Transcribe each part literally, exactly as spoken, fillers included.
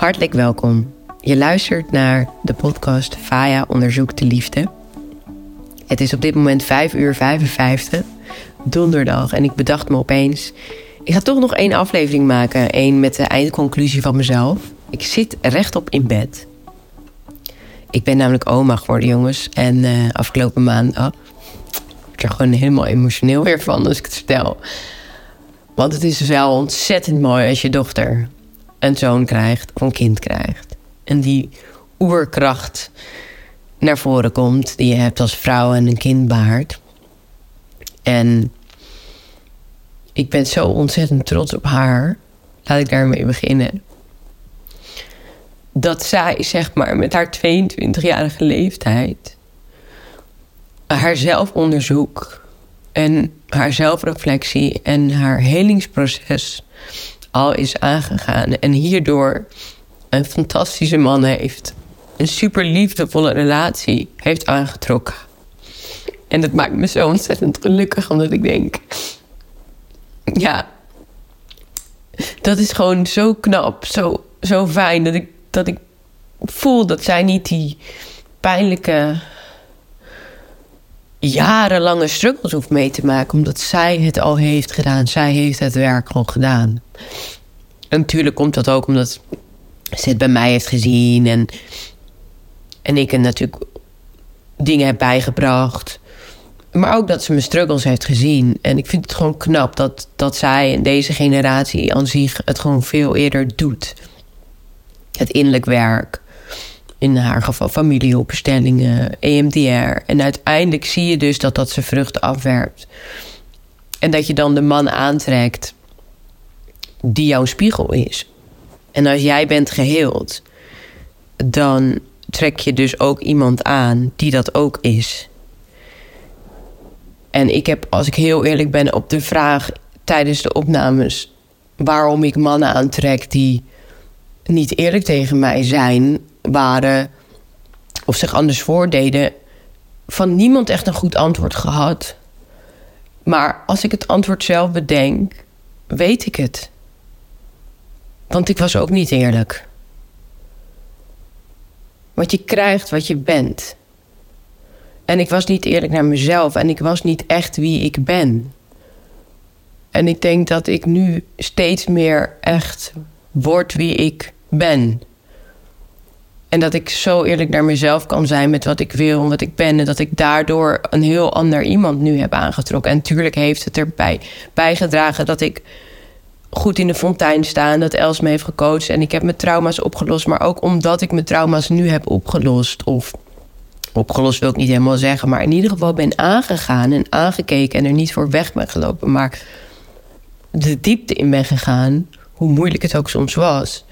Hartelijk welkom. Je luistert naar de podcast Faya onderzoekt de liefde. Het is op dit moment vijf uur vijfenvijftig, donderdag. En ik bedacht me opeens, ik ga toch nog één aflevering maken. Één met de eindconclusie van mezelf. Ik zit rechtop in bed. Ik ben namelijk oma geworden, jongens. En uh, afgelopen maandag... Ik word er gewoon helemaal emotioneel weer van als ik het vertel. Want het is wel ontzettend mooi als je dochter een zoon krijgt of een kind krijgt. En die oerkracht naar voren komt die je hebt als vrouw en een kind baart. En ik ben zo ontzettend trots op haar. Laat ik daarmee beginnen. Dat zij, zeg maar, met haar tweeëntwintigjarige leeftijd haar zelfonderzoek en haar zelfreflectie en haar helingsproces al is aangegaan. En hierdoor een fantastische man heeft. Een super liefdevolle relatie heeft aangetrokken. En dat maakt me zo ontzettend gelukkig, omdat ik denk... Ja, dat is gewoon zo knap, zo, zo fijn dat ik, dat ik voel dat zij niet die pijnlijke jarenlange struggles hoeft mee te maken, omdat zij het al heeft gedaan. Zij heeft het werk al gedaan. En natuurlijk komt dat ook omdat ze het bij mij heeft gezien en, en ik er natuurlijk dingen heb bijgebracht. Maar ook dat ze mijn struggles heeft gezien. En ik vind het gewoon knap dat, dat zij in deze generatie aan zich het gewoon veel eerder doet. Het innerlijk werk. In haar geval familiehulpverstellingen, E M D R. En uiteindelijk zie je dus dat dat zijn vruchten afwerpt. En dat je dan de man aantrekt die jouw spiegel is. En als jij bent geheeld, dan trek je dus ook iemand aan die dat ook is. En ik heb, als ik heel eerlijk ben, op de vraag tijdens de opnames waarom ik mannen aantrek die niet eerlijk tegen mij zijn, waren of zich anders voordeden, van niemand echt een goed antwoord gehad. Maar als ik het antwoord zelf bedenk, weet ik het. Want ik was ook niet eerlijk. Want je krijgt wat je bent. En ik was niet eerlijk naar mezelf en ik was niet echt wie ik ben. En ik denk dat ik nu steeds meer echt word wie ik ben. En dat ik zo eerlijk naar mezelf kan zijn met wat ik wil en wat ik ben. En dat ik daardoor een heel ander iemand nu heb aangetrokken. En natuurlijk heeft het erbij bijgedragen dat ik goed in de fontein sta en dat Els me heeft gecoacht. En ik heb mijn trauma's opgelost. Maar ook omdat ik mijn trauma's nu heb opgelost. Of opgelost wil ik niet helemaal zeggen. Maar in ieder geval ben aangegaan en aangekeken en er niet voor weg ben gelopen. Maar de diepte in ben gegaan, hoe moeilijk het ook soms was,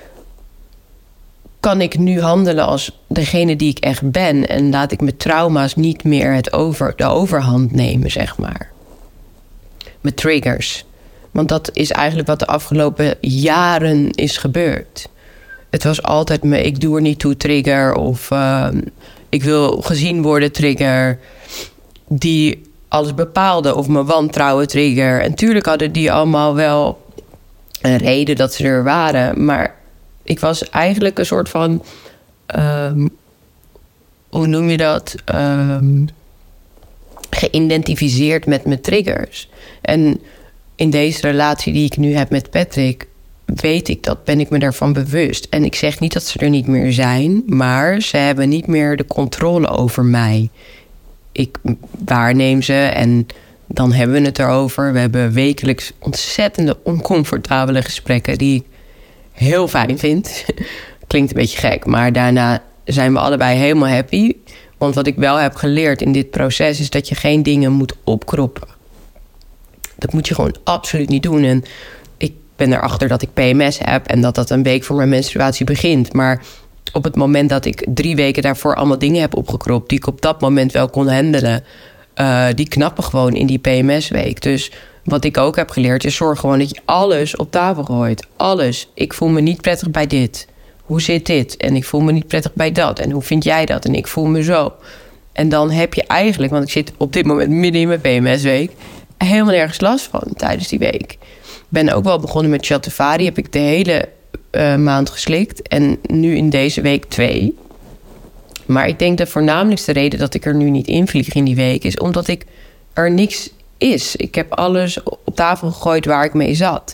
kan ik nu handelen als degene die ik echt ben. En laat ik mijn trauma's niet meer het over, de overhand nemen, zeg maar. Mijn triggers. Want dat is eigenlijk wat de afgelopen jaren is gebeurd. Het was altijd me, ik doe er niet toe trigger. Of uh, ik wil gezien worden trigger. Die alles bepaalde. Of mijn wantrouwen trigger. En tuurlijk hadden die allemaal wel een reden dat ze er waren. Maar ik was eigenlijk een soort van Um, hoe noem je dat? Um, geïdentificeerd met mijn triggers. En in deze relatie die ik nu heb met Patrick, weet ik dat, ben ik me daarvan bewust. En ik zeg niet dat ze er niet meer zijn, maar ze hebben niet meer de controle over mij. Ik waarneem ze en dan hebben we het erover. We hebben wekelijks ontzettende oncomfortabele gesprekken die ik heel fijn vind. Klinkt een beetje gek, maar daarna zijn we allebei helemaal happy. Want wat ik wel heb geleerd in dit proces is dat je geen dingen moet opkroppen. Dat moet je gewoon absoluut niet doen. En ik ben erachter dat ik P M S heb en dat dat een week voor mijn menstruatie begint. Maar op het moment dat ik drie weken daarvoor allemaal dingen heb opgekropt die ik op dat moment wel kon handelen, uh, die knappen gewoon in die P M S-week. Dus wat ik ook heb geleerd is zorg gewoon dat je alles op tafel gooit. Alles. Ik voel me niet prettig bij dit. Hoe zit dit? En ik voel me niet prettig bij dat. En hoe vind jij dat? En ik voel me zo. En dan heb je eigenlijk, want ik zit op dit moment midden in mijn P M S-week, helemaal nergens last van tijdens die week. Ik ben ook wel begonnen met Chattevari. Heb ik de hele uh, maand geslikt. En nu in deze week twee. Maar ik denk de voornamelijkste reden dat ik er nu niet in vlieg in die week is omdat ik er niks is. Ik heb alles op tafel gegooid waar ik mee zat.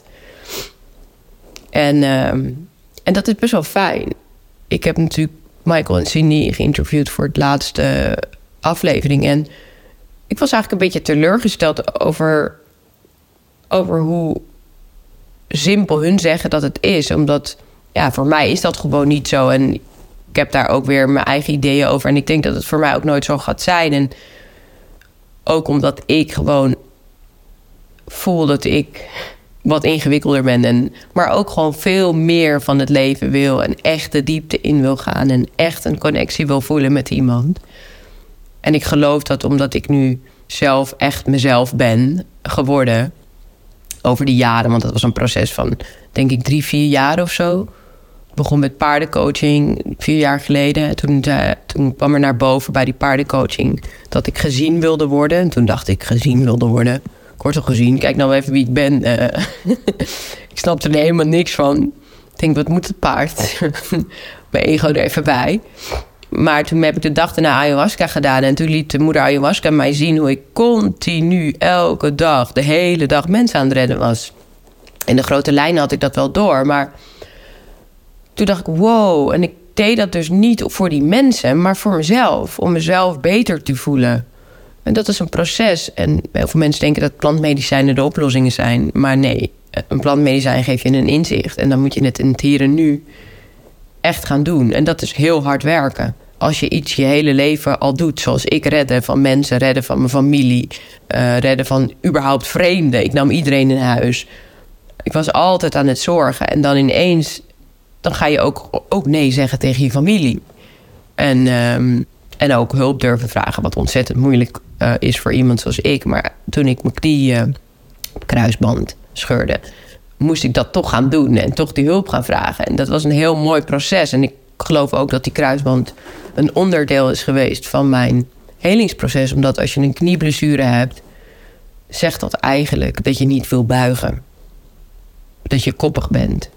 En, uh, en dat is best wel fijn. Ik heb natuurlijk Michael en Cindy geïnterviewd voor het laatste aflevering. En ik was eigenlijk een beetje teleurgesteld over, over hoe simpel hun zeggen dat het is. Omdat, ja, voor mij is dat gewoon niet zo. En ik heb daar ook weer mijn eigen ideeën over. En ik denk dat het voor mij ook nooit zo gaat zijn. En ook omdat ik gewoon voel dat ik wat ingewikkelder ben. En, maar ook gewoon veel meer van het leven wil. En echt de diepte in wil gaan. En echt een connectie wil voelen met iemand. En ik geloof dat omdat ik nu zelf echt mezelf ben geworden over die jaren, want dat was een proces van, denk ik, drie, vier jaar of zo. Ik begon met paardencoaching vier jaar geleden. Toen, uh, toen kwam er naar boven bij die paardencoaching dat ik gezien wilde worden. En toen dacht ik, gezien wilde worden. Kort al gezien, kijk nou even wie ik ben. Uh, ik snapte er helemaal niks van. Ik denk, wat moet het paard? Mijn ego er even bij. Maar toen heb ik de dag daarna ayahuasca gedaan. En toen liet de moeder ayahuasca mij zien hoe ik continu elke dag, de hele dag mensen aan het redden was. In de grote lijnen had ik dat wel door. Maar toen dacht ik, wow. En ik deed dat dus niet voor die mensen, maar voor mezelf. Om mezelf beter te voelen. En dat is een proces. En heel veel mensen denken dat plantmedicijnen de oplossingen zijn. Maar nee, een plantmedicijn geeft je een inzicht. En dan moet je het in het hier en nu echt gaan doen. En dat is heel hard werken. Als je iets je hele leven al doet, zoals ik redden van mensen, redden van mijn familie, uh, redden van überhaupt vreemden. Ik nam iedereen in huis. Ik was altijd aan het zorgen. En dan ineens, dan ga je ook, ook nee zeggen tegen je familie. En, um, en ook hulp durven vragen, wat ontzettend moeilijk uh, is voor iemand zoals ik. Maar toen ik mijn knie uh, kruisband scheurde, moest ik dat toch gaan doen en toch die hulp gaan vragen. En dat was een heel mooi proces. En ik geloof ook dat die kruisband een onderdeel is geweest van mijn helingsproces. Omdat als je een knieblessure hebt, zegt dat eigenlijk dat je niet wil buigen. Dat je koppig bent.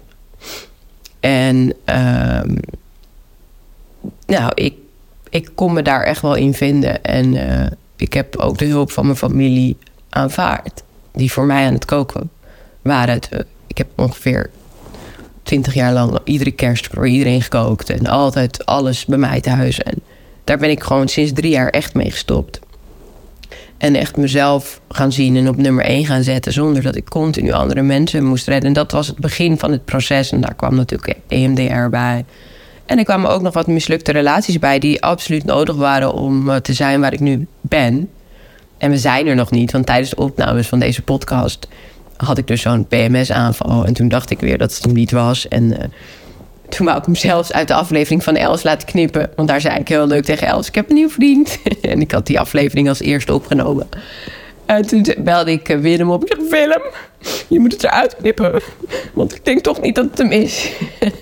En uh, nou, ik, ik kon me daar echt wel in vinden. En uh, ik heb ook de hulp van mijn familie aanvaard. Die voor mij aan het koken waren. Het, uh, ik heb ongeveer twintig jaar lang iedere kerst voor iedereen gekookt. En altijd alles bij mij thuis. En daar ben ik gewoon sinds drie jaar echt mee gestopt. En echt mezelf gaan zien en op nummer één gaan zetten, zonder dat ik continu andere mensen moest redden. En dat was het begin van het proces. En daar kwam natuurlijk E M D R bij. En er kwamen ook nog wat mislukte relaties bij die absoluut nodig waren om te zijn waar ik nu ben. En we zijn er nog niet, want tijdens de opnames van deze podcast had ik dus zo'n P M S-aanval. En toen dacht ik weer dat het hem niet was. En uh, toen wou ik hem zelfs uit de aflevering van Els laten knippen. Want daar zei ik heel leuk tegen Els, ik heb een nieuw vriend. En ik had die aflevering als eerste opgenomen. En toen belde ik Willem op. Ik zeg, Willem, je moet het eruit knippen. Want ik denk toch niet dat het hem is.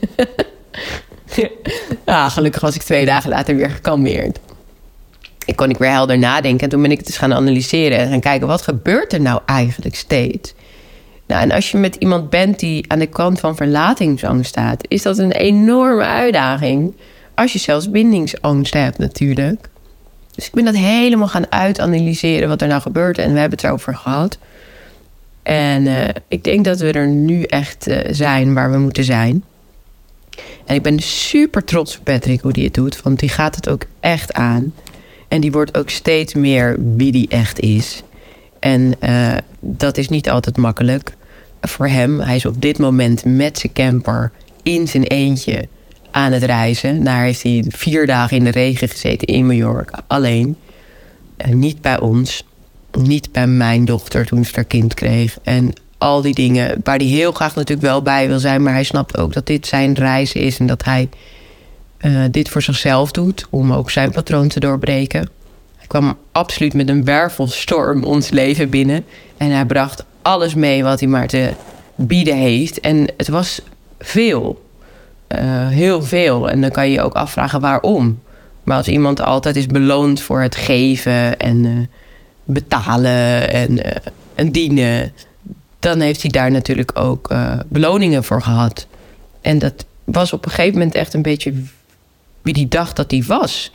Ja, gelukkig was ik twee dagen later weer gekalmeerd. Ik kon ik weer helder nadenken. En toen ben ik het dus gaan analyseren en gaan kijken, wat gebeurt er nou eigenlijk steeds? Nou, en als je met iemand bent die aan de kant van verlatingsangst staat, is dat een enorme uitdaging. Als je zelfs bindingsangst hebt natuurlijk. Dus ik ben dat helemaal gaan uitanalyseren wat er nou gebeurt. En we hebben het erover gehad. En uh, ik denk dat we er nu echt uh, zijn waar we moeten zijn. En ik ben super trots op Patrick hoe die het doet. Want die gaat het ook echt aan. En die wordt ook steeds meer wie die echt is. En uh, dat is niet altijd makkelijk voor hem. Hij is op dit moment met zijn camper in zijn eentje aan het reizen. Daar heeft hij vier dagen in de regen gezeten in Mallorca. Alleen. Uh, niet bij ons. Niet bij mijn dochter toen ze haar kind kreeg. En al die dingen waar hij heel graag natuurlijk wel bij wil zijn. Maar hij snapt ook dat dit zijn reis is. En dat hij uh, dit voor zichzelf doet. Om ook zijn patroon te doorbreken. Hij kwam absoluut met een wervelstorm ons leven binnen. En hij bracht alles mee wat hij maar te bieden heeft. En het was veel. Uh, heel veel. En dan kan je je ook afvragen waarom. Maar als iemand altijd is beloond voor het geven en uh, betalen en, uh, en dienen, dan heeft hij daar natuurlijk ook uh, beloningen voor gehad. En dat was op een gegeven moment echt een beetje wie die dacht dat hij was.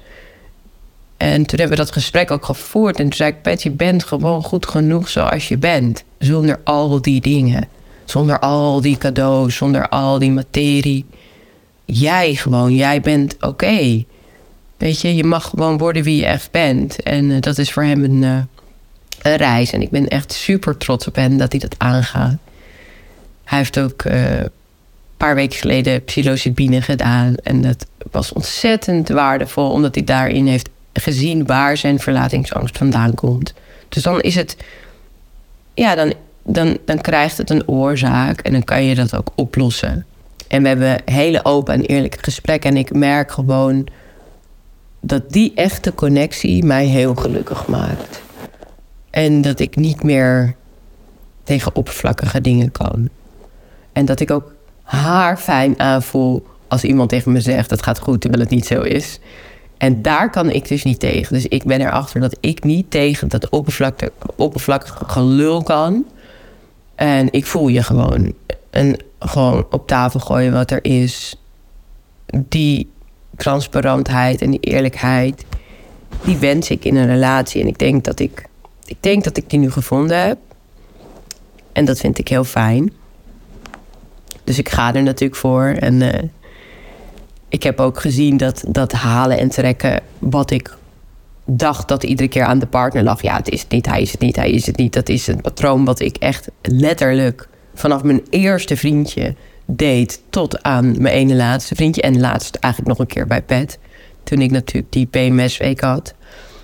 En toen hebben we dat gesprek ook gevoerd. En toen zei ik, Pet, je bent gewoon goed genoeg zoals je bent. Zonder al die dingen. Zonder al die cadeaus. Zonder al die materie. Jij gewoon, jij bent oké. Okay. Weet je, je mag gewoon worden wie je echt bent. En uh, dat is voor hem een, uh, een reis. En ik ben echt super trots op hem dat hij dat aangaat. Hij heeft ook uh, een paar weken geleden psilocybine gedaan. En dat was ontzettend waardevol. Omdat hij daarin heeft gezien waar zijn verlatingsangst vandaan komt. Dus dan is het... Ja, dan, dan, dan krijgt het een oorzaak. En dan kan je dat ook oplossen. En we hebben hele open en eerlijke gesprekken. En ik merk gewoon dat die echte connectie mij heel gelukkig maakt. En dat ik niet meer tegen oppervlakkige dingen kan. En dat ik ook haar fijn aanvoel als iemand tegen me zegt... het gaat goed, terwijl het niet zo is. En daar kan ik dus niet tegen. Dus ik ben erachter dat ik niet tegen dat oppervlakkige, oppervlakkige gelul kan. En ik voel je gewoon. En gewoon op tafel gooien wat er is. Die transparantheid en die eerlijkheid... die wens ik in een relatie. En ik denk dat ik, ik denk dat ik die nu gevonden heb. En dat vind ik heel fijn. Dus ik ga er natuurlijk voor. En uh, ik heb ook gezien dat, dat halen en trekken... wat ik dacht dat iedere keer aan de partner lag. Ja, het is het niet, hij is het niet, hij is het niet. Dat is een patroon wat ik echt letterlijk... vanaf mijn eerste vriendje deed tot aan mijn ene laatste vriendje. En laatst eigenlijk nog een keer bij Pet. Toen ik natuurlijk die P M S-week had.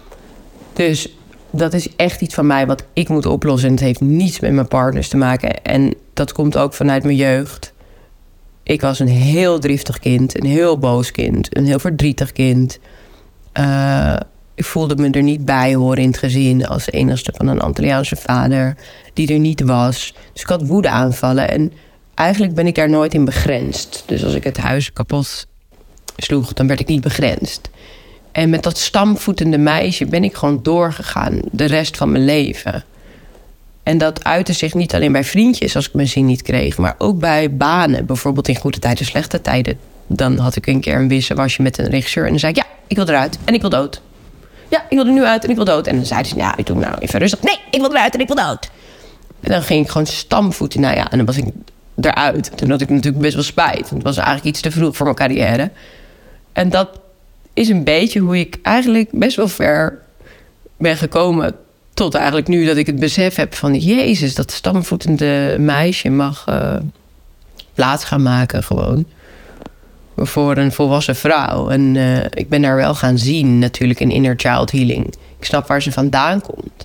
Dus dat is echt iets van mij wat ik moet oplossen. En het heeft niets met mijn partners te maken. En dat komt ook vanuit mijn jeugd. Ik was een heel driftig kind. Een heel boos kind. Een heel verdrietig kind. Uh, ik voelde me er niet bij horen in het gezin. Als enigste van een Antilliaanse vader. Die er niet was. Dus ik had woedeaanvallen. En eigenlijk ben ik daar nooit in begrensd. Dus als ik het huis kapot sloeg, dan werd ik niet begrensd. En met dat stampvoetende meisje ben ik gewoon doorgegaan. De rest van mijn leven. En dat uitte zich niet alleen bij vriendjes als ik mijn zin niet kreeg. Maar ook bij banen. Bijvoorbeeld in goede tijden, slechte tijden. Dan had ik een keer een wisselwasje met een regisseur. En dan zei ik, ja, ik wil eruit en ik wil dood. Ja, ik wil er nu uit en ik wil dood. En dan zeiden ze, ja, ik doe nou even rustig. Nee, ik wil eruit en ik wil dood. En dan ging ik gewoon stampvoeten. Nou ja, en dan was ik eruit. Toen had ik natuurlijk best wel spijt. Want het was eigenlijk iets te vroeg voor mijn carrière. En dat is een beetje hoe ik eigenlijk best wel ver ben gekomen. Tot eigenlijk nu dat ik het besef heb van... Jezus, dat stamvoetende meisje mag uh, plaats gaan maken gewoon. Voor een volwassen vrouw. En uh, ik ben daar wel gaan zien natuurlijk in inner child healing. Ik snap waar ze vandaan komt.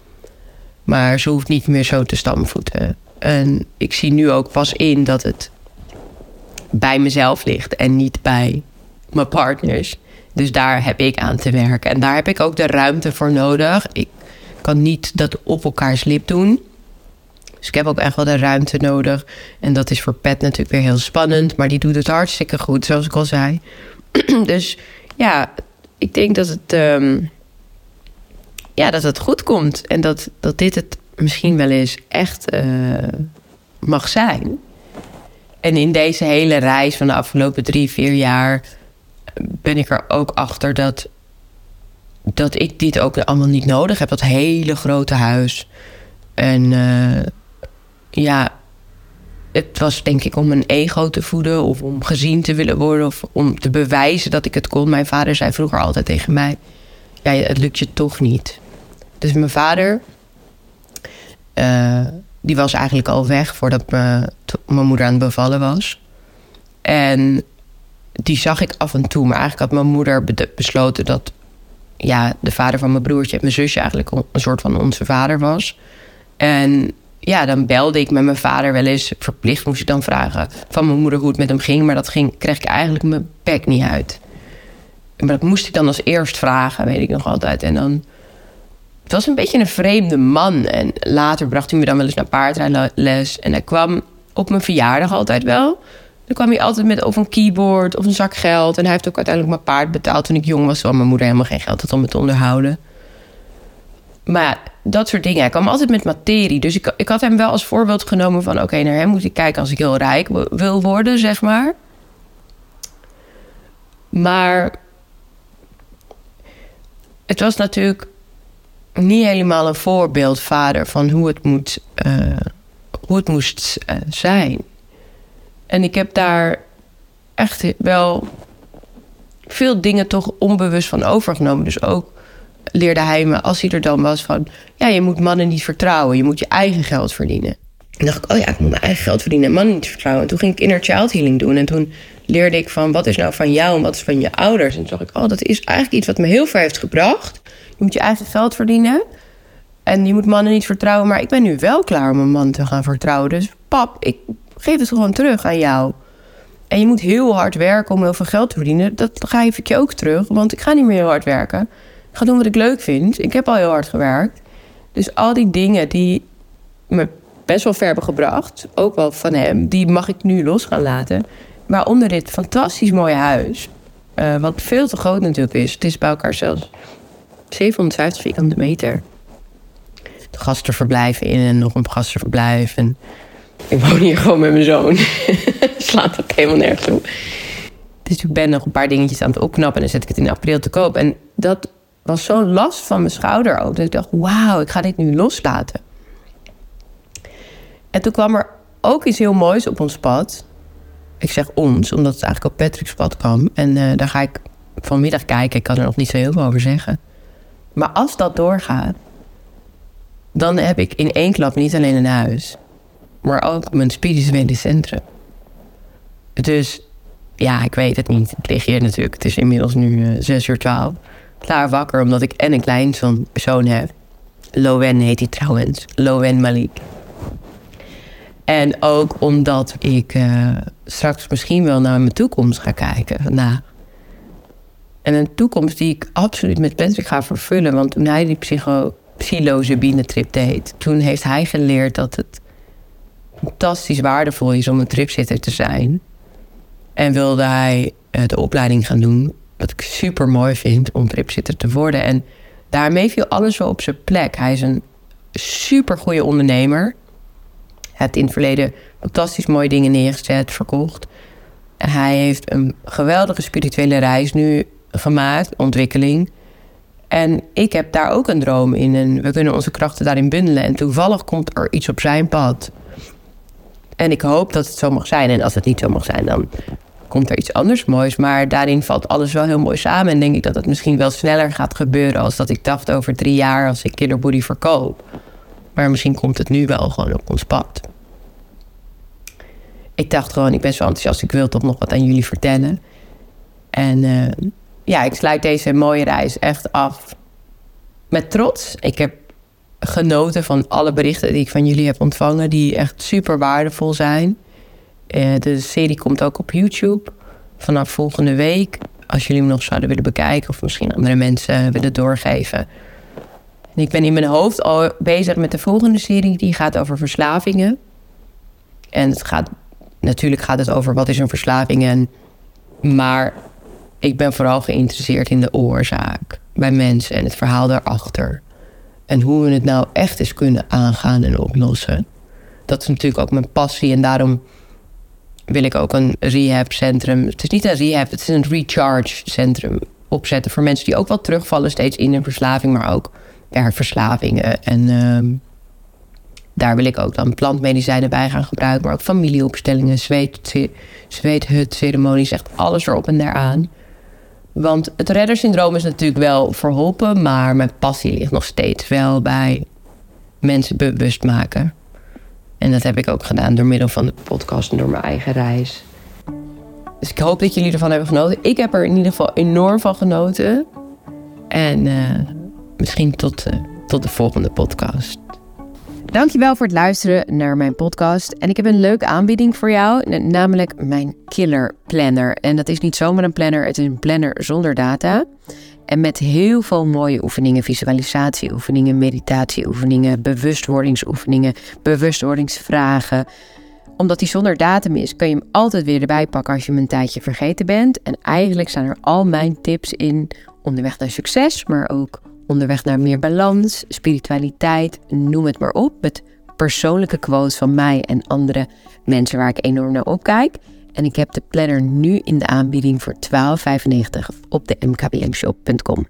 Maar ze hoeft niet meer zo te stamvoeten. En ik zie nu ook pas in dat het bij mezelf ligt. En niet bij mijn partners. Dus daar heb ik aan te werken. En daar heb ik ook de ruimte voor nodig. Ik kan niet dat op elkaars lip doen. Dus ik heb ook echt wel de ruimte nodig. En dat is voor Pet natuurlijk weer heel spannend. Maar die doet het hartstikke goed, zoals ik al zei. Dus ja, ik denk dat het, um, ja, dat het goed komt. En dat, dat dit het misschien wel eens echt uh, mag zijn. En in deze hele reis van de afgelopen drie, vier jaar... ben ik er ook achter dat, dat ik dit ook allemaal niet nodig heb. Dat hele grote huis. En uh, ja, het was denk ik om een ego te voeden... of om gezien te willen worden... of om te bewijzen dat ik het kon. Mijn vader zei vroeger altijd tegen mij... ja, het lukt je toch niet. Dus mijn vader... Uh, die was eigenlijk al weg voordat me, mijn moeder aan het bevallen was. En die zag ik af en toe. Maar eigenlijk had mijn moeder be- besloten dat... ja, de vader van mijn broertje en mijn zusje... eigenlijk een soort van onze vader was. En ja, dan belde ik met mijn vader wel eens... verplicht moest ik dan vragen van mijn moeder hoe het met hem ging... maar dat ging, kreeg ik eigenlijk mijn bek niet uit. Maar dat moest ik dan als eerst vragen, weet ik nog altijd. En dan... Het was een beetje een vreemde man. En later bracht hij me dan wel eens naar paardrijles. En hij kwam op mijn verjaardag altijd wel. Dan kwam hij altijd met of een keyboard of een zak geld. En hij heeft ook uiteindelijk mijn paard betaald toen ik jong was. Terwijl mijn moeder helemaal geen geld had om me te onderhouden. Maar ja, dat soort dingen. Hij kwam altijd met materie. Dus ik, ik had hem wel als voorbeeld genomen van... oké, okay, naar hem moet ik kijken als ik heel rijk wil worden, zeg maar. Maar het was natuurlijk niet helemaal een voorbeeldvader... van hoe het, moet, uh, hoe het moest uh, zijn. En ik heb daar echt wel veel dingen toch onbewust van overgenomen. Dus ook leerde hij me, als hij er dan was, van... ja, je moet mannen niet vertrouwen. Je moet je eigen geld verdienen. En dacht ik, oh ja, ik moet mijn eigen geld verdienen en mannen niet vertrouwen. En toen ging ik inner child healing doen. En toen leerde ik van, wat is nou van jou en wat is van je ouders? En toen dacht ik, oh, dat is eigenlijk iets wat me heel ver heeft gebracht. Je moet je eigen geld verdienen. En je moet mannen niet vertrouwen. Maar ik ben nu wel klaar om een man te gaan vertrouwen. Dus pap, ik geef het gewoon terug aan jou. En je moet heel hard werken om heel veel geld te verdienen. Dat geef ik je ook terug, want ik ga niet meer heel hard werken. Ik ga doen wat ik leuk vind. Ik heb al heel hard gewerkt. Dus al die dingen die me best wel ver hebben gebracht, ook wel van hem, die mag ik nu los gaan laten. Waaronder dit fantastisch mooie huis. Uh, wat veel te groot natuurlijk is. Het is bij elkaar zelfs zevenhonderdvijftig vierkante meter. De gastenverblijven in en nog een gastenverblijf. En ik woon hier gewoon met mijn zoon. Slaat ook helemaal nergens op. Dus ik ben nog een paar dingetjes aan het opknappen en dan zet ik het in april te koop. En dat was zo'n last van mijn schouder ook. Dat ik dacht, wauw, ik ga dit nu loslaten. En toen kwam er ook iets heel moois op ons pad. Ik zeg ons, omdat het eigenlijk op Patrick's pad kwam. En uh, daar ga ik vanmiddag kijken. Ik kan er nog niet zo heel veel over zeggen. Maar als dat doorgaat, dan heb ik in één klap niet alleen een huis, maar ook mijn spirituele centrum. Dus ja, ik weet het niet. Ik lig hier natuurlijk. Het is inmiddels nu uh, zes uur twaalf. Klaar wakker, omdat ik en een kleinzoon zoon heb. Lowen heet hij trouwens. Lowen Malik. En ook omdat ik uh, straks misschien wel naar mijn toekomst ga kijken vandaag. En een toekomst die ik absoluut met Patrick ga vervullen. Want toen hij die psycho, psilocybine-trip deed, toen heeft hij geleerd dat het fantastisch waardevol is om een tripzitter te zijn. En wilde hij uh, de opleiding gaan doen, wat ik super mooi vind om tripzitter te worden. En daarmee viel alles wel op zijn plek. Hij is een super goede ondernemer. Hij heeft in het verleden fantastisch mooie dingen neergezet, verkocht. Hij heeft een geweldige spirituele reis nu gemaakt, ontwikkeling. En ik heb daar ook een droom in. En we kunnen onze krachten daarin bundelen. En toevallig komt er iets op zijn pad. En ik hoop dat het zo mag zijn. En als het niet zo mag zijn, dan komt er iets anders moois. Maar daarin valt alles wel heel mooi samen. En denk ik dat het misschien wel sneller gaat gebeuren als dat ik dacht over drie jaar als ik Killer Booty verkoop. Maar misschien komt het nu wel gewoon op ons pad. Ik dacht gewoon, ik ben zo enthousiast. Ik wil toch nog wat aan jullie vertellen. En uh, ja, ik sluit deze mooie reis echt af met trots. Ik heb genoten van alle berichten die ik van jullie heb ontvangen, die echt super waardevol zijn. Uh, de serie komt ook op YouTube vanaf volgende week. Als jullie hem nog zouden willen bekijken of misschien andere mensen willen doorgeven. En ik ben in mijn hoofd al bezig met de volgende serie. Die gaat over verslavingen. En het gaat, natuurlijk gaat het over wat is een verslaving. En, maar ik ben vooral geïnteresseerd in de oorzaak bij mensen en het verhaal daarachter. En hoe we het nou echt eens kunnen aangaan en oplossen. Dat is natuurlijk ook mijn passie. En daarom wil ik ook een rehabcentrum. Het is niet een rehab, het is een recharge centrum opzetten voor mensen die ook wel terugvallen steeds in een verslaving, maar ook werkverslavingen. En uh, daar wil ik ook dan plantmedicijnen bij gaan gebruiken, maar ook familieopstellingen, zweet, zweethutceremonies, echt alles erop en daaraan. Want het reddersyndroom is natuurlijk wel verholpen, maar mijn passie ligt nog steeds wel bij mensen bewust maken. En dat heb ik ook gedaan door middel van de podcast en door mijn eigen reis. Dus ik hoop dat jullie ervan hebben genoten. Ik heb er in ieder geval enorm van genoten. En uh, misschien tot, uh, tot de volgende podcast. Dankjewel voor het luisteren naar mijn podcast. En ik heb een leuke aanbieding voor jou, namelijk mijn Killer Planner. En dat is niet zomaar een planner, het is een planner zonder data. En met heel veel mooie oefeningen, visualisatieoefeningen, meditatieoefeningen, bewustwordingsoefeningen, bewustwordingsvragen. Omdat die zonder datum is, kun je hem altijd weer erbij pakken als je hem een tijdje vergeten bent. En eigenlijk staan er al mijn tips in om de weg naar succes, maar ook onderweg naar meer balans, spiritualiteit, noem het maar op. Met persoonlijke quotes van mij en andere mensen waar ik enorm naar opkijk. En ik heb de planner nu in de aanbieding voor twaalf vijfennegentig op de m k b m shop punt com.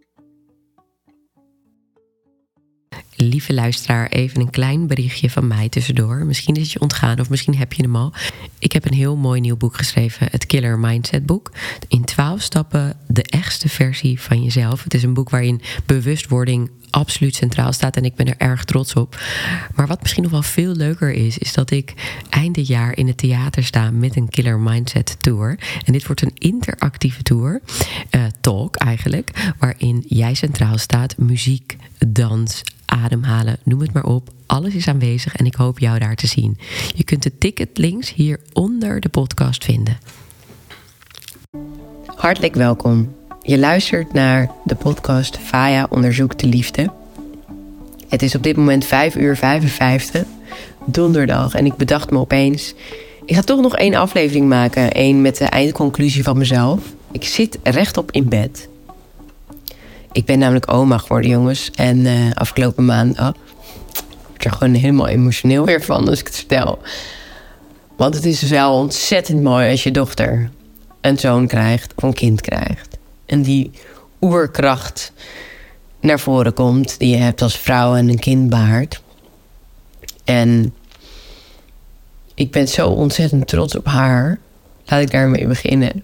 Lieve luisteraar, even een klein berichtje van mij tussendoor. Misschien is het je ontgaan of misschien heb je hem al. Ik heb een heel mooi nieuw boek geschreven, het Killer Mindset boek. In twaalf stappen de echtste versie van jezelf. Het is een boek waarin bewustwording absoluut centraal staat en ik ben er erg trots op. Maar wat misschien nog wel veel leuker is, is dat ik eind dit jaar in het theater sta met een Killer Mindset Tour. En dit wordt een interactieve tour, uh, talk eigenlijk, waarin jij centraal staat, muziek, dans, ademhalen, noem het maar op. Alles is aanwezig en ik hoop jou daar te zien. Je kunt de ticketlinks hier onder de podcast vinden. Hartelijk welkom. Je luistert naar de podcast Faya onderzoekt de liefde. Het is op dit moment vijf uur vijfenvijftig, donderdag. En ik bedacht me opeens, ik ga toch nog één aflevering maken. Één met de eindconclusie van mezelf. Ik zit rechtop in bed. Ik ben namelijk oma geworden, jongens. En uh, afgelopen maandag, ik word er gewoon helemaal emotioneel weer van als ik het vertel. Want het is wel ontzettend mooi als je dochter een zoon krijgt of een kind krijgt. En die oerkracht naar voren komt die je hebt als vrouw en een kind baart. En ik ben zo ontzettend trots op haar. Laat ik daarmee beginnen.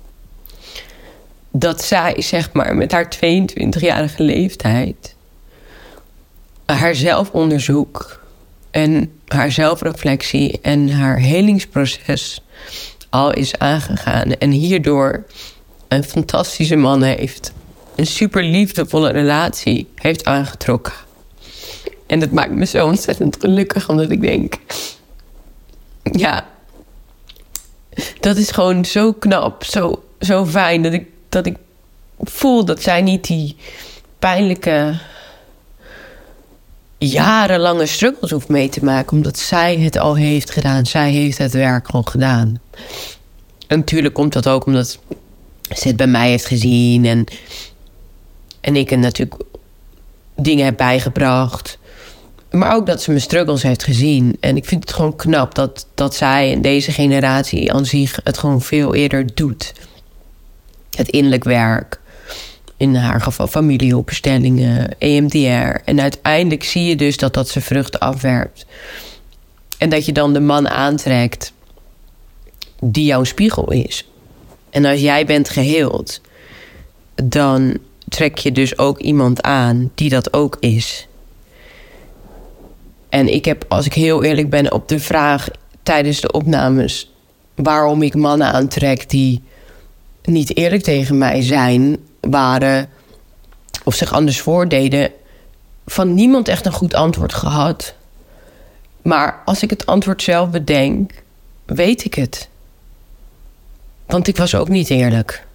Dat zij, zeg maar, met haar tweeëntwintigjarige leeftijd haar zelfonderzoek en haar zelfreflectie en haar helingsproces al is aangegaan. En hierdoor een fantastische man heeft. Een super liefdevolle relatie heeft aangetrokken. En dat maakt me zo ontzettend gelukkig, omdat ik denk, ja, dat is gewoon zo knap, zo, zo fijn, dat ik, dat ik voel dat zij niet die pijnlijke, jarenlange struggles hoeft mee te maken, omdat zij het al heeft gedaan. Zij heeft het werk al gedaan. En natuurlijk komt dat ook omdat ze het bij mij heeft gezien en, en ik er natuurlijk dingen heb bijgebracht. Maar ook dat ze mijn struggles heeft gezien. En ik vind het gewoon knap dat, dat zij in deze generatie aan zich het gewoon veel eerder doet. Het innerlijk werk. In haar geval familiehulpverstellingen, E M D R. En uiteindelijk zie je dus dat dat zijn vruchten afwerpt. En dat je dan de man aantrekt die jouw spiegel is. En als jij bent geheeld, dan trek je dus ook iemand aan die dat ook is. En ik heb, als ik heel eerlijk ben, op de vraag tijdens de opnames waarom ik mannen aantrek die niet eerlijk tegen mij zijn, waren of zich anders voordeden, van niemand echt een goed antwoord gehad. Maar als ik het antwoord zelf bedenk, weet ik het. Want ik was ook niet eerlijk.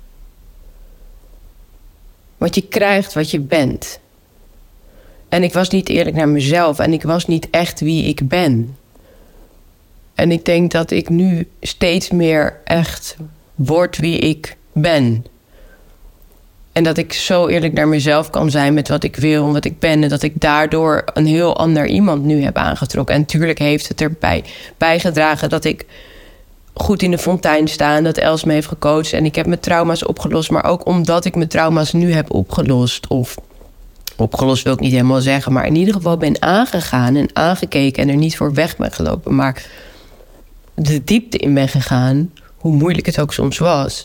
Want je krijgt wat je bent. En ik was niet eerlijk naar mezelf. En ik was niet echt wie ik ben. En ik denk dat ik nu steeds meer echt word wie ik ben. En dat ik zo eerlijk naar mezelf kan zijn met wat ik wil en wat ik ben. En dat ik daardoor een heel ander iemand nu heb aangetrokken. En natuurlijk heeft het erbij bijgedragen dat ik goed in de fontein sta en dat Els me heeft gecoacht. En ik heb mijn trauma's opgelost. Maar ook omdat ik mijn trauma's nu heb opgelost. Of opgelost wil ik niet helemaal zeggen. Maar in ieder geval ben aangegaan en aangekeken en er niet voor weg ben gelopen. Maar de diepte in ben gegaan, hoe moeilijk het ook soms was,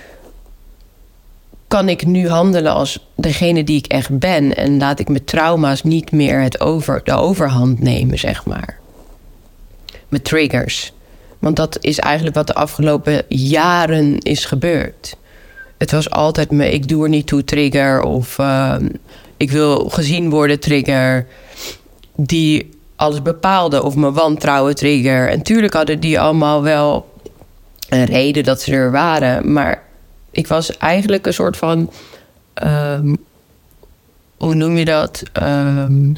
kan ik nu handelen als degene die ik echt ben. En laat ik mijn trauma's niet meer het over, de overhand nemen, zeg maar. Mijn triggers. Want dat is eigenlijk wat de afgelopen jaren is gebeurd. Het was altijd me, ik doe er niet toe trigger. Of uh, ik wil gezien worden trigger. Die alles bepaalde. Of mijn wantrouwen trigger. En tuurlijk hadden die allemaal wel een reden dat ze er waren. Maar ik was eigenlijk een soort van, Um, hoe noem je dat? Um,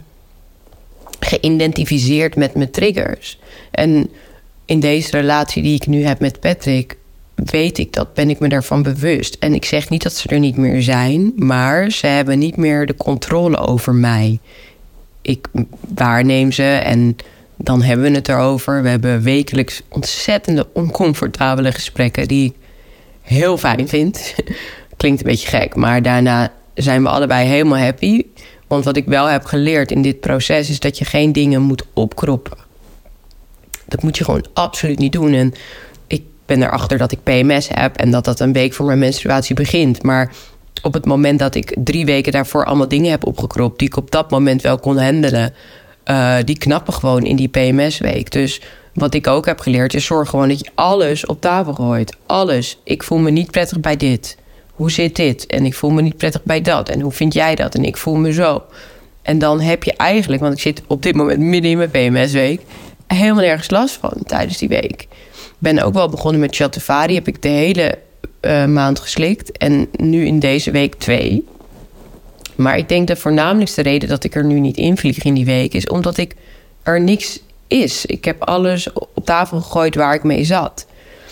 geïdentificeerd met mijn triggers. En in deze relatie die ik nu heb met Patrick, weet ik dat, ben ik me daarvan bewust. En ik zeg niet dat ze er niet meer zijn, maar ze hebben niet meer de controle over mij. Ik waarneem ze en dan hebben we het erover. We hebben wekelijks ontzettende oncomfortabele gesprekken die ik heel fijn vind. Klinkt een beetje gek, maar daarna zijn we allebei helemaal happy. Want wat ik wel heb geleerd in dit proces is dat je geen dingen moet opkroppen. Dat moet je gewoon absoluut niet doen. En ik ben erachter dat ik P M S heb en dat dat een week voor mijn menstruatie begint. Maar op het moment dat ik drie weken daarvoor allemaal dingen heb opgekropt die ik op dat moment wel kon handelen, uh, die knappen gewoon in die P M S-week. Dus wat ik ook heb geleerd is zorg gewoon dat je alles op tafel gooit. Alles. Ik voel me niet prettig bij dit. Hoe zit dit? En ik voel me niet prettig bij dat. En hoe vind jij dat? En ik voel me zo. En dan heb je eigenlijk, want ik zit op dit moment midden in mijn P M S-week, helemaal nergens last van tijdens die week. Ik ben ook wel begonnen met Chattevari. Heb ik de hele uh, maand geslikt. En nu in deze week twee. Maar ik denk de voornamelijkste reden dat ik er nu niet in vlieg in die week is omdat ik er niks is. Ik heb alles op tafel gegooid waar ik mee zat.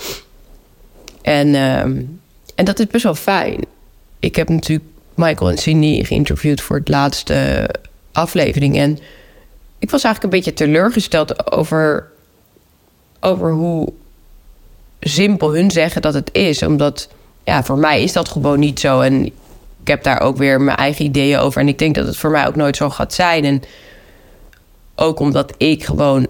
En, uh, en dat is best wel fijn. Ik heb natuurlijk Michael en Cindy geïnterviewd voor het laatste aflevering. En ik was eigenlijk een beetje teleurgesteld over, over hoe simpel hun zeggen dat het is. Omdat, ja, voor mij is dat gewoon niet zo. En ik heb daar ook weer mijn eigen ideeën over. En ik denk dat het voor mij ook nooit zo gaat zijn. En ook omdat ik gewoon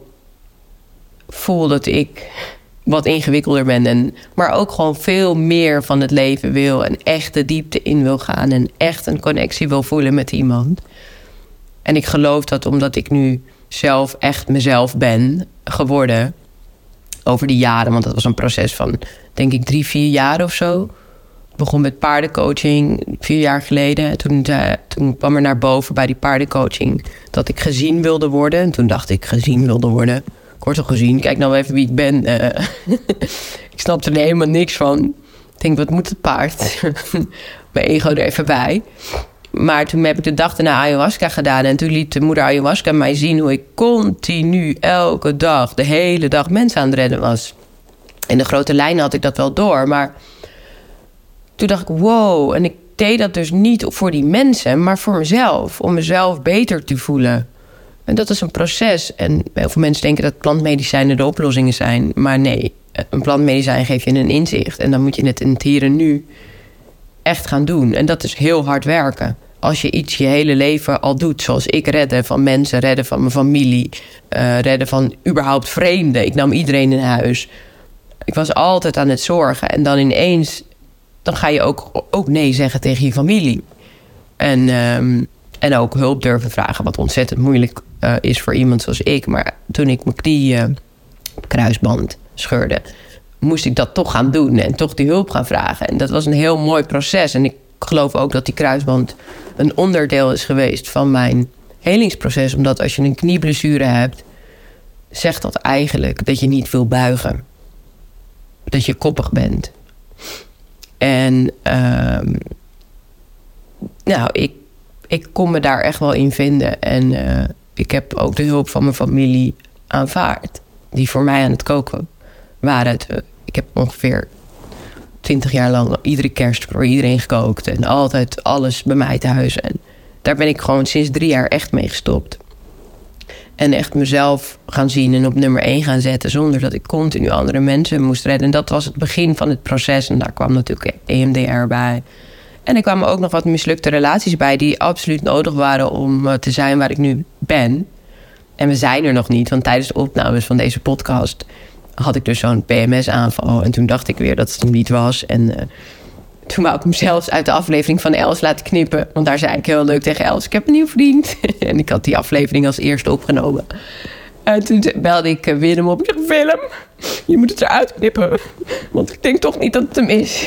voel dat ik wat ingewikkelder ben. En, maar ook gewoon veel meer van het leven wil. En echt de diepte in wil gaan. En echt een connectie wil voelen met iemand. En ik geloof dat omdat ik nu zelf echt mezelf ben geworden over die jaren. Want dat was een proces van, denk ik, drie, vier jaar of zo. Ik begon met paardencoaching vier jaar geleden. Toen, uh, toen kwam er naar boven bij die paardencoaching dat ik gezien wilde worden. En toen dacht ik, gezien wilde worden. Ik word al gezien, kijk nou even wie ik ben. Uh, ik snapte er helemaal niks van. Ik denk, wat moet het paard? Mijn ego er even bij. Maar toen heb ik de dag daarna ayahuasca gedaan. En toen liet de moeder ayahuasca mij zien hoe ik continu elke dag, de hele dag mensen aan het redden was. In de grote lijnen had ik dat wel door. Maar toen dacht ik, wow. En ik deed dat dus niet voor die mensen, maar voor mezelf. Om mezelf beter te voelen. En dat is een proces. En heel veel mensen denken dat plantmedicijnen de oplossingen zijn. Maar nee, een plantmedicijn geeft je een inzicht. En dan moet je het in het hier en nu echt gaan doen. En dat is heel hard werken. Als je iets je hele leven al doet, zoals ik redden van mensen, redden van mijn familie, uh, redden van überhaupt vreemden. Ik nam iedereen in huis. Ik was altijd aan het zorgen. En dan ineens, dan ga je ook, ook nee zeggen tegen je familie. En, um, en ook hulp durven vragen, wat ontzettend moeilijk uh, is voor iemand zoals ik. Maar toen ik mijn knie uh, kruisband scheurde, moest ik dat toch gaan doen en toch die hulp gaan vragen. En dat was een heel mooi proces. En ik geloof ook dat die kruisband een onderdeel is geweest van mijn helingsproces. Omdat als je een knieblessure hebt, zegt dat eigenlijk dat je niet wil buigen. Dat je koppig bent. En uh, nou, ik, ik kon me daar echt wel in vinden. En uh, ik heb ook de hulp van mijn familie aanvaard. Die voor mij aan het koken waren. Het, uh, ik heb ongeveer twintig jaar lang iedere kerst voor iedereen gekookt. En altijd alles bij mij thuis. En daar ben ik gewoon sinds drie jaar echt mee gestopt. En echt mezelf gaan zien en op nummer één gaan zetten, zonder dat ik continu andere mensen moest redden. En dat was het begin van het proces. En daar kwam natuurlijk E M D R bij. En er kwamen ook nog wat mislukte relaties bij die absoluut nodig waren om te zijn waar ik nu ben. En we zijn er nog niet, want tijdens de opnames van deze podcast had ik dus zo'n P M S-aanval. En toen dacht ik weer dat het hem niet was. En uh, toen wou ik hem zelfs uit de aflevering van Els laten knippen. Want daar zei ik heel leuk tegen Els, ik heb een nieuw vriend. En ik had die aflevering als eerste opgenomen. En toen belde ik Willem op. Ik zeg, Willem, je moet het eruit knippen. Want ik denk toch niet dat het hem is.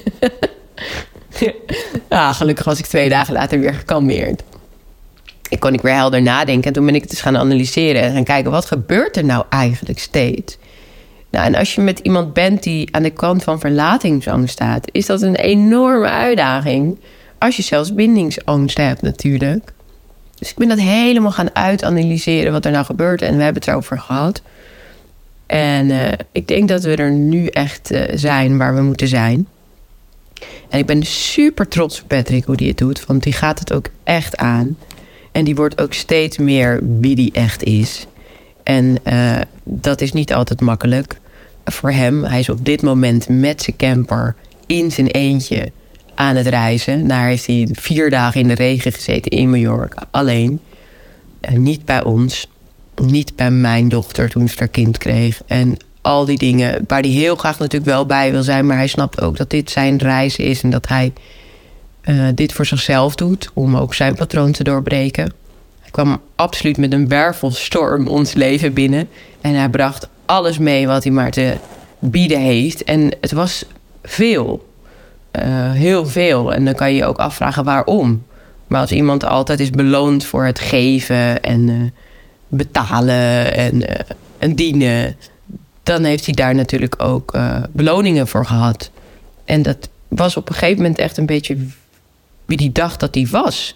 Ja, gelukkig was ik twee dagen later weer gekalmeerd. Ik kon ik weer helder nadenken. En toen ben ik het dus gaan analyseren. En gaan kijken, wat gebeurt er nou eigenlijk steeds? Nou, en als je met iemand bent die aan de kant van verlatingsangst staat, is dat een enorme uitdaging. Als je zelfs bindingsangst hebt natuurlijk. Dus ik ben dat helemaal gaan uitanalyseren wat er nou gebeurt. En we hebben het erover gehad. En uh, ik denk dat we er nu echt uh, zijn waar we moeten zijn. En ik ben super trots op Patrick hoe die het doet. Want die gaat het ook echt aan. En die wordt ook steeds meer wie die echt is. En uh, dat is niet altijd makkelijk voor hem. Hij is op dit moment met zijn camper in zijn eentje aan het reizen. Daar heeft hij vier dagen in de regen gezeten in Mallorca. Alleen. Uh, niet bij ons. Niet bij mijn dochter toen ze haar kind kreeg. En al die dingen waar hij heel graag natuurlijk wel bij wil zijn. Maar hij snapt ook dat dit zijn reis is. En dat hij uh, dit voor zichzelf doet. Om ook zijn patroon te doorbreken. Hij kwam absoluut met een wervelstorm ons leven binnen. En hij bracht alles mee wat hij maar te bieden heeft. En het was veel. Uh, heel veel. En dan kan je je ook afvragen waarom. Maar als iemand altijd is beloond voor het geven en uh, betalen en, uh, en dienen, dan heeft hij daar natuurlijk ook uh, beloningen voor gehad. En dat was op een gegeven moment echt een beetje wie hij dacht dat hij was.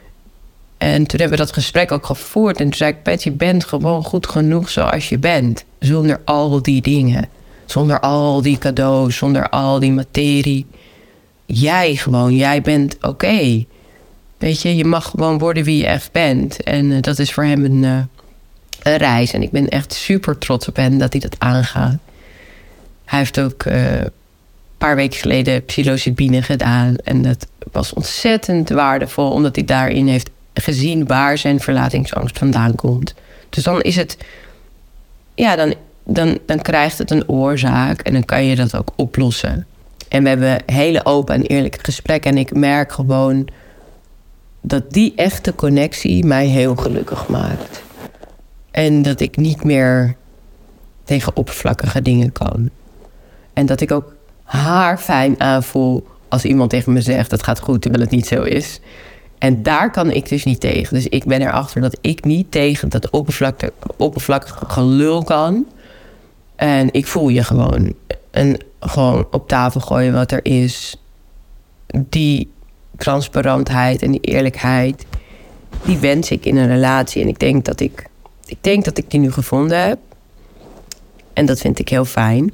En toen hebben we dat gesprek ook gevoerd. En toen zei ik, Pet, je bent gewoon goed genoeg zoals je bent. Zonder al die dingen. Zonder al die cadeaus. Zonder al die materie. Jij gewoon, jij bent oké. Okay. Weet je, je mag gewoon worden wie je echt bent. En uh, dat is voor hem een, uh, een reis. En ik ben echt super trots op hem dat hij dat aangaat. Hij heeft ook uh, een paar weken geleden psilocybine gedaan. En dat was ontzettend waardevol. Omdat hij daarin heeft gezien waar zijn verlatingsangst vandaan komt. Dus dan is het... Ja, dan, dan, dan krijgt het een oorzaak. En dan kan je dat ook oplossen. En we hebben hele open en eerlijke gesprekken. En ik merk gewoon dat die echte connectie mij heel gelukkig maakt. En dat ik niet meer tegen oppervlakkige dingen kan. En dat ik ook haar fijn aanvoel als iemand tegen me zegt, dat gaat goed, terwijl het niet zo is. En daar kan ik dus niet tegen. Dus ik ben erachter dat ik niet tegen dat oppervlakkige, oppervlakkige gelul kan. En ik voel je gewoon. En gewoon op tafel gooien wat er is. Die transparantheid en die eerlijkheid, die wens ik in een relatie. En ik denk dat ik, ik denk dat ik die nu gevonden heb. En dat vind ik heel fijn.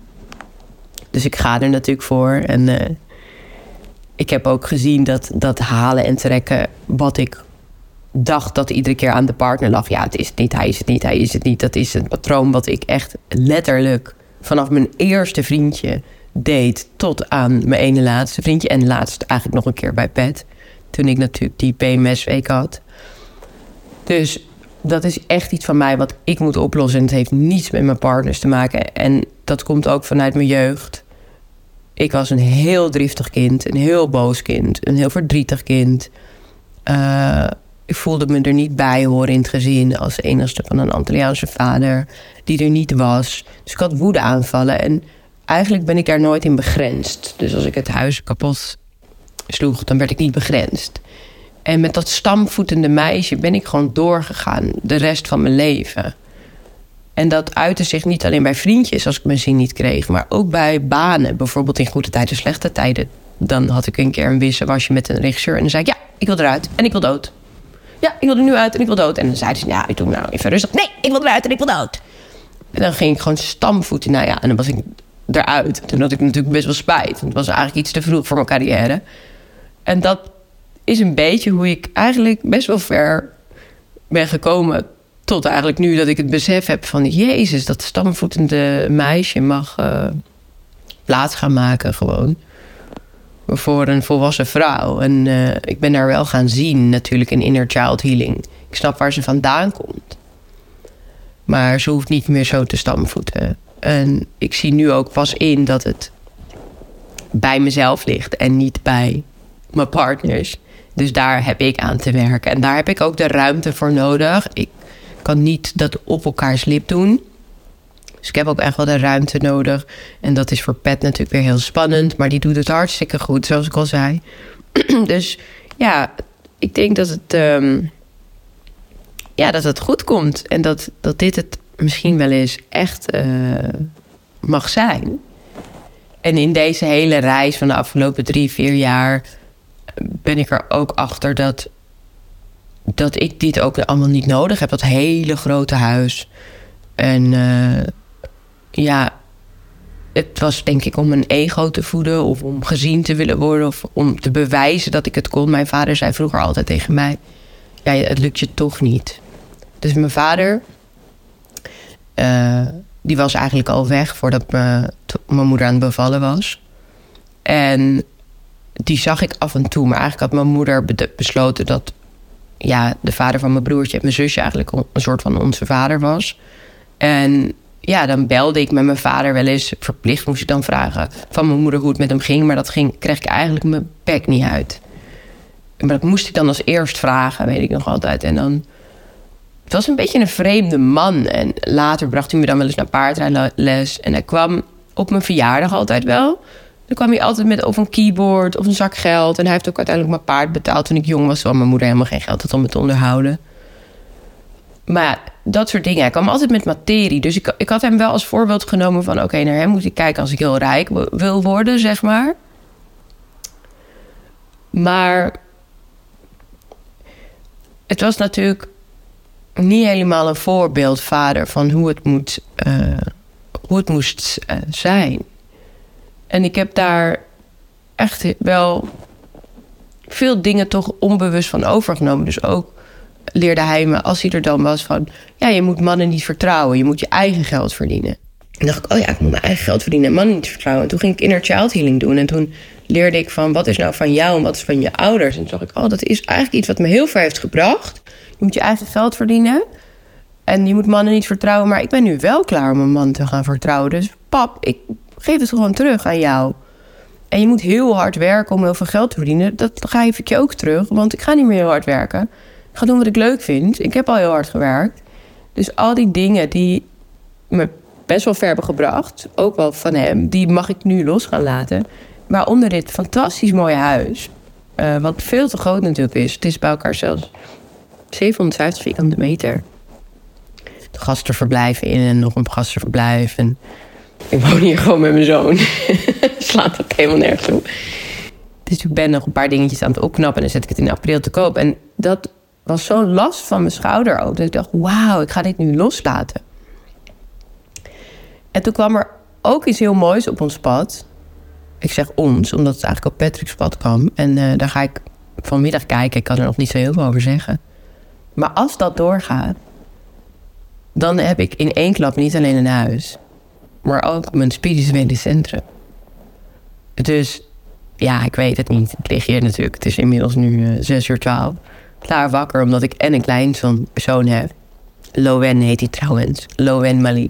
Dus ik ga er natuurlijk voor. En uh, ik heb ook gezien dat, dat halen en trekken wat ik dacht dat iedere keer aan de partner lag. Ja, het is het niet, hij is het niet, hij is het niet. Dat is een patroon wat ik echt letterlijk vanaf mijn eerste vriendje deed tot aan mijn ene laatste vriendje. En laatst eigenlijk nog een keer bij Pet. Toen ik natuurlijk die P M S-week had. Dus dat is echt iets van mij wat ik moet oplossen. En het heeft niets met mijn partners te maken. En dat komt ook vanuit mijn jeugd. Ik was een heel driftig kind. Een heel boos kind. Een heel verdrietig kind. Uh, ik voelde me er niet bij horen in het gezin. Als enigste van een Antilliaanse vader. Die er niet was. Dus ik had woede aanvallen. En eigenlijk ben ik daar nooit in begrensd. Dus als ik het huis kapot sloeg, dan werd ik niet begrensd. En met dat stampvoetende meisje ben ik gewoon doorgegaan. De rest van mijn leven. En dat uitte zich niet alleen bij vriendjes als ik mijn zin niet kreeg. Maar ook bij banen. Bijvoorbeeld in goede tijden, slechte tijden. Dan had ik een keer een wisselwasje met een regisseur. En dan zei ik, ja, ik wil eruit en ik wil dood. Ja, ik wil er nu uit en ik wil dood. En dan zei ze, ja, ik doe nou even rustig. Nee, ik wil eruit en ik wil dood. En dan ging ik gewoon stampvoeten. Nou ja, en dan was ik eruit. Toen had ik natuurlijk best wel spijt. Want het was eigenlijk iets te vroeg voor mijn carrière. En dat is een beetje hoe ik eigenlijk best wel ver ben gekomen. Tot eigenlijk nu dat ik het besef heb van, Jezus, dat stamvoetende meisje mag uh, plaats gaan maken gewoon. Voor een volwassen vrouw. En uh, ik ben daar wel gaan zien natuurlijk in inner child healing. Ik snap waar ze vandaan komt. Maar ze hoeft niet meer zo te stamvoeten. En ik zie nu ook pas in dat het bij mezelf ligt en niet bij mijn partners. Dus daar heb ik aan te werken. En daar heb ik ook de ruimte voor nodig. Ik kan niet dat op elkaars lip doen. Dus ik heb ook echt wel de ruimte nodig. En dat is voor Pet natuurlijk weer heel spannend. Maar die doet het hartstikke goed, zoals ik al zei. Dus ja, ik denk dat het, um, ja, dat het goed komt. En dat, dat dit het misschien wel eens echt uh, mag zijn. En in deze hele reis van de afgelopen drie, vier jaar ben ik er ook achter dat, dat ik dit ook allemaal niet nodig heb. Dat hele grote huis. En uh, ja, het was denk ik om een ego te voeden of om gezien te willen worden of om te bewijzen dat ik het kon. Mijn vader zei vroeger altijd tegen mij, ja, het lukt je toch niet. Dus mijn vader, uh, die was eigenlijk al weg voordat me, mijn moeder aan het bevallen was. En die zag ik af en toe. Maar eigenlijk had mijn moeder be- besloten dat ja, de vader van mijn broertje en mijn zusje eigenlijk een soort van onze vader was. En ja, dan belde ik met mijn vader wel eens. Verplicht moest ik dan vragen van mijn moeder hoe het met hem ging. Maar dat ging, kreeg ik eigenlijk mijn bek niet uit. Maar dat moest ik dan als eerst vragen, weet ik nog altijd. En dan... Het was een beetje een vreemde man. En later bracht hij me dan wel eens naar paardrijles. En hij kwam op mijn verjaardag altijd wel. Dan kwam hij altijd met of een keyboard of een zak geld. En hij heeft ook uiteindelijk mijn paard betaald toen ik jong was. Terwijl mijn moeder helemaal geen geld had om het te onderhouden. Maar ja, dat soort dingen. Hij kwam altijd met materie. Dus ik, ik had hem wel als voorbeeld genomen van... oké, okay, naar hem moet ik kijken als ik heel rijk wil worden, zeg maar. Maar het was natuurlijk niet helemaal een voorbeeldvader van hoe het, moet, uh, hoe het moest uh, zijn. En ik heb daar echt wel veel dingen toch onbewust van overgenomen. Dus ook leerde hij me, als hij er dan was, van... ja, je moet mannen niet vertrouwen. Je moet je eigen geld verdienen. En dacht ik, oh ja, ik moet mijn eigen geld verdienen en mannen niet vertrouwen. En toen ging ik inner child healing doen. En toen leerde ik van, wat is nou van jou en wat is van je ouders? En toen dacht ik, oh, dat is eigenlijk iets wat me heel ver heeft gebracht. Je moet je eigen geld verdienen. En je moet mannen niet vertrouwen. Maar ik ben nu wel klaar om een man te gaan vertrouwen. Dus pap, ik geef het gewoon terug aan jou. En je moet heel hard werken om heel veel geld te verdienen. Dat geef ik je ook terug, want ik ga niet meer heel hard werken. Ik ga doen wat ik leuk vind. Ik heb al heel hard gewerkt. Dus al die dingen die me best wel ver hebben gebracht, ook wel van hem, die mag ik nu los gaan laten. Waaronder dit fantastisch mooie huis. Uh, wat veel te groot natuurlijk is. Het is bij elkaar zelfs zevenhonderdvijftig vierkante meter. De gastenverblijven in en nog een gastenverblijf. En ik woon hier gewoon met mijn zoon. Slaat ook helemaal nergens op. Dus ik ben nog een paar dingetjes aan het opknappen. En dan zet ik het in april te koop. En dat was zo'n last van mijn schouder ook. Dat ik dacht, wauw, ik ga dit nu loslaten. En toen kwam er ook iets heel moois op ons pad. Ik zeg ons, omdat het eigenlijk op Patrick's pad kwam. En uh, daar ga ik vanmiddag kijken. Ik kan er nog niet zo heel veel over zeggen. Maar als dat doorgaat, dan heb ik in één klap niet alleen een huis, maar ook mijn spirituele centrum. Dus ja, ik weet het niet. Ik lig hier natuurlijk. Het is inmiddels nu uh, zes uur twaalf. Klaar wakker, omdat ik en een kleinzoon zoon heb. Lowen heet hij trouwens. Lowen Malik.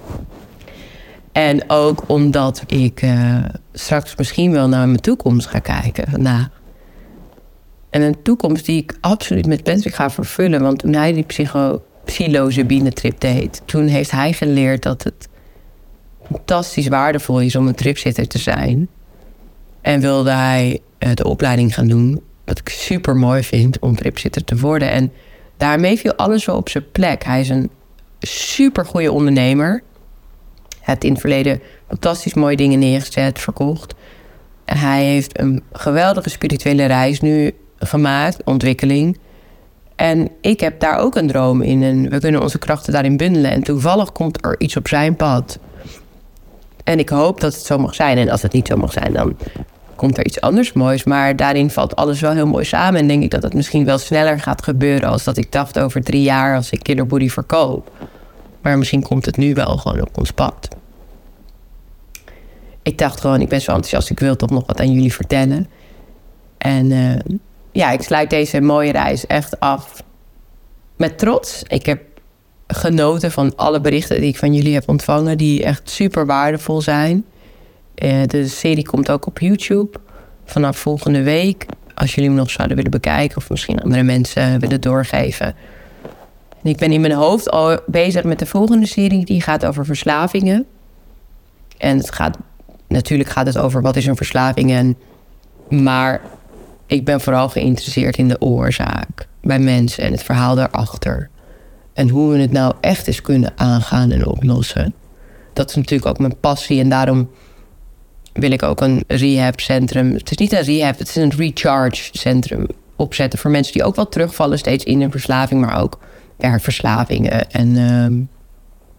En ook omdat ik uh, straks misschien wel naar mijn toekomst ga kijken vandaag. En een toekomst die ik absoluut met Patrick ga vervullen. Want toen hij die psycho, psilocybine-trip deed, toen heeft hij geleerd dat het fantastisch waardevol is om een tripzitter te zijn. En wilde hij uh, de opleiding gaan doen, wat ik super mooi vind om tripzitter te worden. En daarmee viel alles wel op zijn plek. Hij is een super goede ondernemer. Hij heeft in het verleden fantastisch mooie dingen neergezet, verkocht. Hij heeft een geweldige spirituele reis nu gemaakt, ontwikkeling. En ik heb daar ook een droom in. En we kunnen onze krachten daarin bundelen. En toevallig komt er iets op zijn pad. En ik hoop dat het zo mag zijn. En als het niet zo mag zijn, dan komt er iets anders moois. Maar daarin valt alles wel heel mooi samen. En denk ik dat het misschien wel sneller gaat gebeuren als dat ik dacht over drie jaar als ik Killer Body verkoop. Maar misschien komt het nu wel gewoon op ons pad. Ik dacht gewoon, ik ben zo enthousiast. Ik wil toch nog wat aan jullie vertellen. En uh, ja, ik sluit deze mooie reis echt af met trots. Ik heb genoten van alle berichten die ik van jullie heb ontvangen, die echt super waardevol zijn. Uh, de serie komt ook op YouTube vanaf volgende week. Als jullie hem nog zouden willen bekijken of misschien andere mensen willen doorgeven. En ik ben in mijn hoofd al bezig met de volgende serie. Die gaat over verslavingen. En het gaat, natuurlijk gaat het over wat is een verslaving. En, maar ik ben vooral geïnteresseerd in de oorzaak bij mensen en het verhaal daarachter. En hoe we het nou echt eens kunnen aangaan en oplossen. Dat is natuurlijk ook mijn passie. En daarom wil ik ook een rehabcentrum. Het is niet een rehab, het is een recharge centrum opzetten voor mensen die ook wel terugvallen steeds in een verslaving, maar ook werkverslavingen. En uh,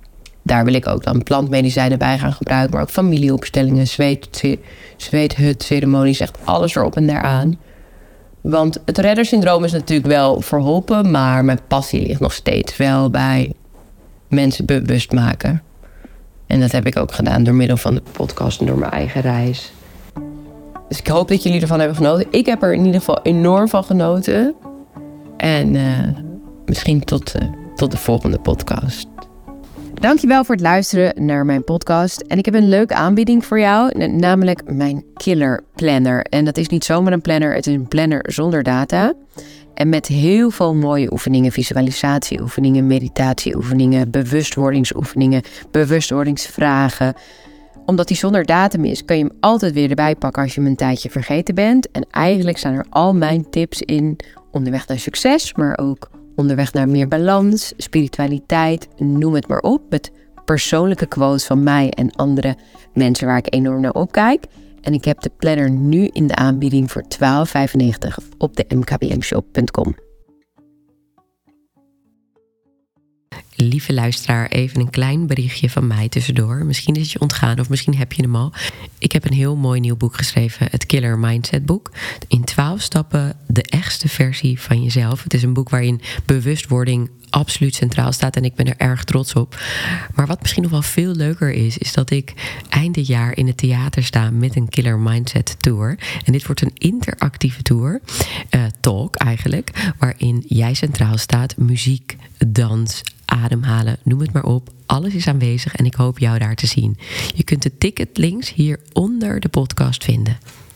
daar wil ik ook dan plantmedicijnen bij gaan gebruiken. Maar ook familieopstellingen, zweet, zweethutceremonies, echt alles erop en daaraan. Want het reddersyndroom is natuurlijk wel verholpen, maar mijn passie ligt nog steeds wel bij mensen bewust maken. En dat heb ik ook gedaan door middel van de podcast en door mijn eigen reis. Dus ik hoop dat jullie ervan hebben genoten. Ik heb er in ieder geval enorm van genoten. En uh, misschien tot, uh, tot de volgende podcast. Dankjewel voor het luisteren naar mijn podcast. En ik heb een leuke aanbieding voor jou, namelijk mijn Killer Planner. En dat is niet zomaar een planner, het is een planner zonder data. En met heel veel mooie oefeningen, visualisatieoefeningen, meditatieoefeningen, bewustwordingsoefeningen, bewustwordingsvragen. Omdat die zonder datum is, kan je hem altijd weer erbij pakken als je hem een tijdje vergeten bent. En eigenlijk staan er al mijn tips in onderweg naar succes, maar ook onderweg naar meer balans, spiritualiteit, noem het maar op. Met persoonlijke quotes van mij en andere mensen waar ik enorm naar opkijk. En ik heb de planner nu in de aanbieding voor twaalf vijfennegentig op de m k b m shop punt com. Lieve luisteraar, even een klein berichtje van mij tussendoor. Misschien is het je ontgaan of misschien heb je hem al. Ik heb een heel mooi nieuw boek geschreven, het Killer Mindset boek. In twaalf stappen de echtste versie van jezelf. Het is een boek waarin bewustwording absoluut centraal staat en ik ben er erg trots op. Maar wat misschien nog wel veel leuker is, is dat ik eind dit jaar in het theater sta met een Killer Mindset Tour. En dit wordt een interactieve tour, uh, talk eigenlijk, waarin jij centraal staat, muziek, dans, ademhalen, noem het maar op. Alles is aanwezig en ik hoop jou daar te zien. Je kunt de ticketlinks hier onder de podcast vinden.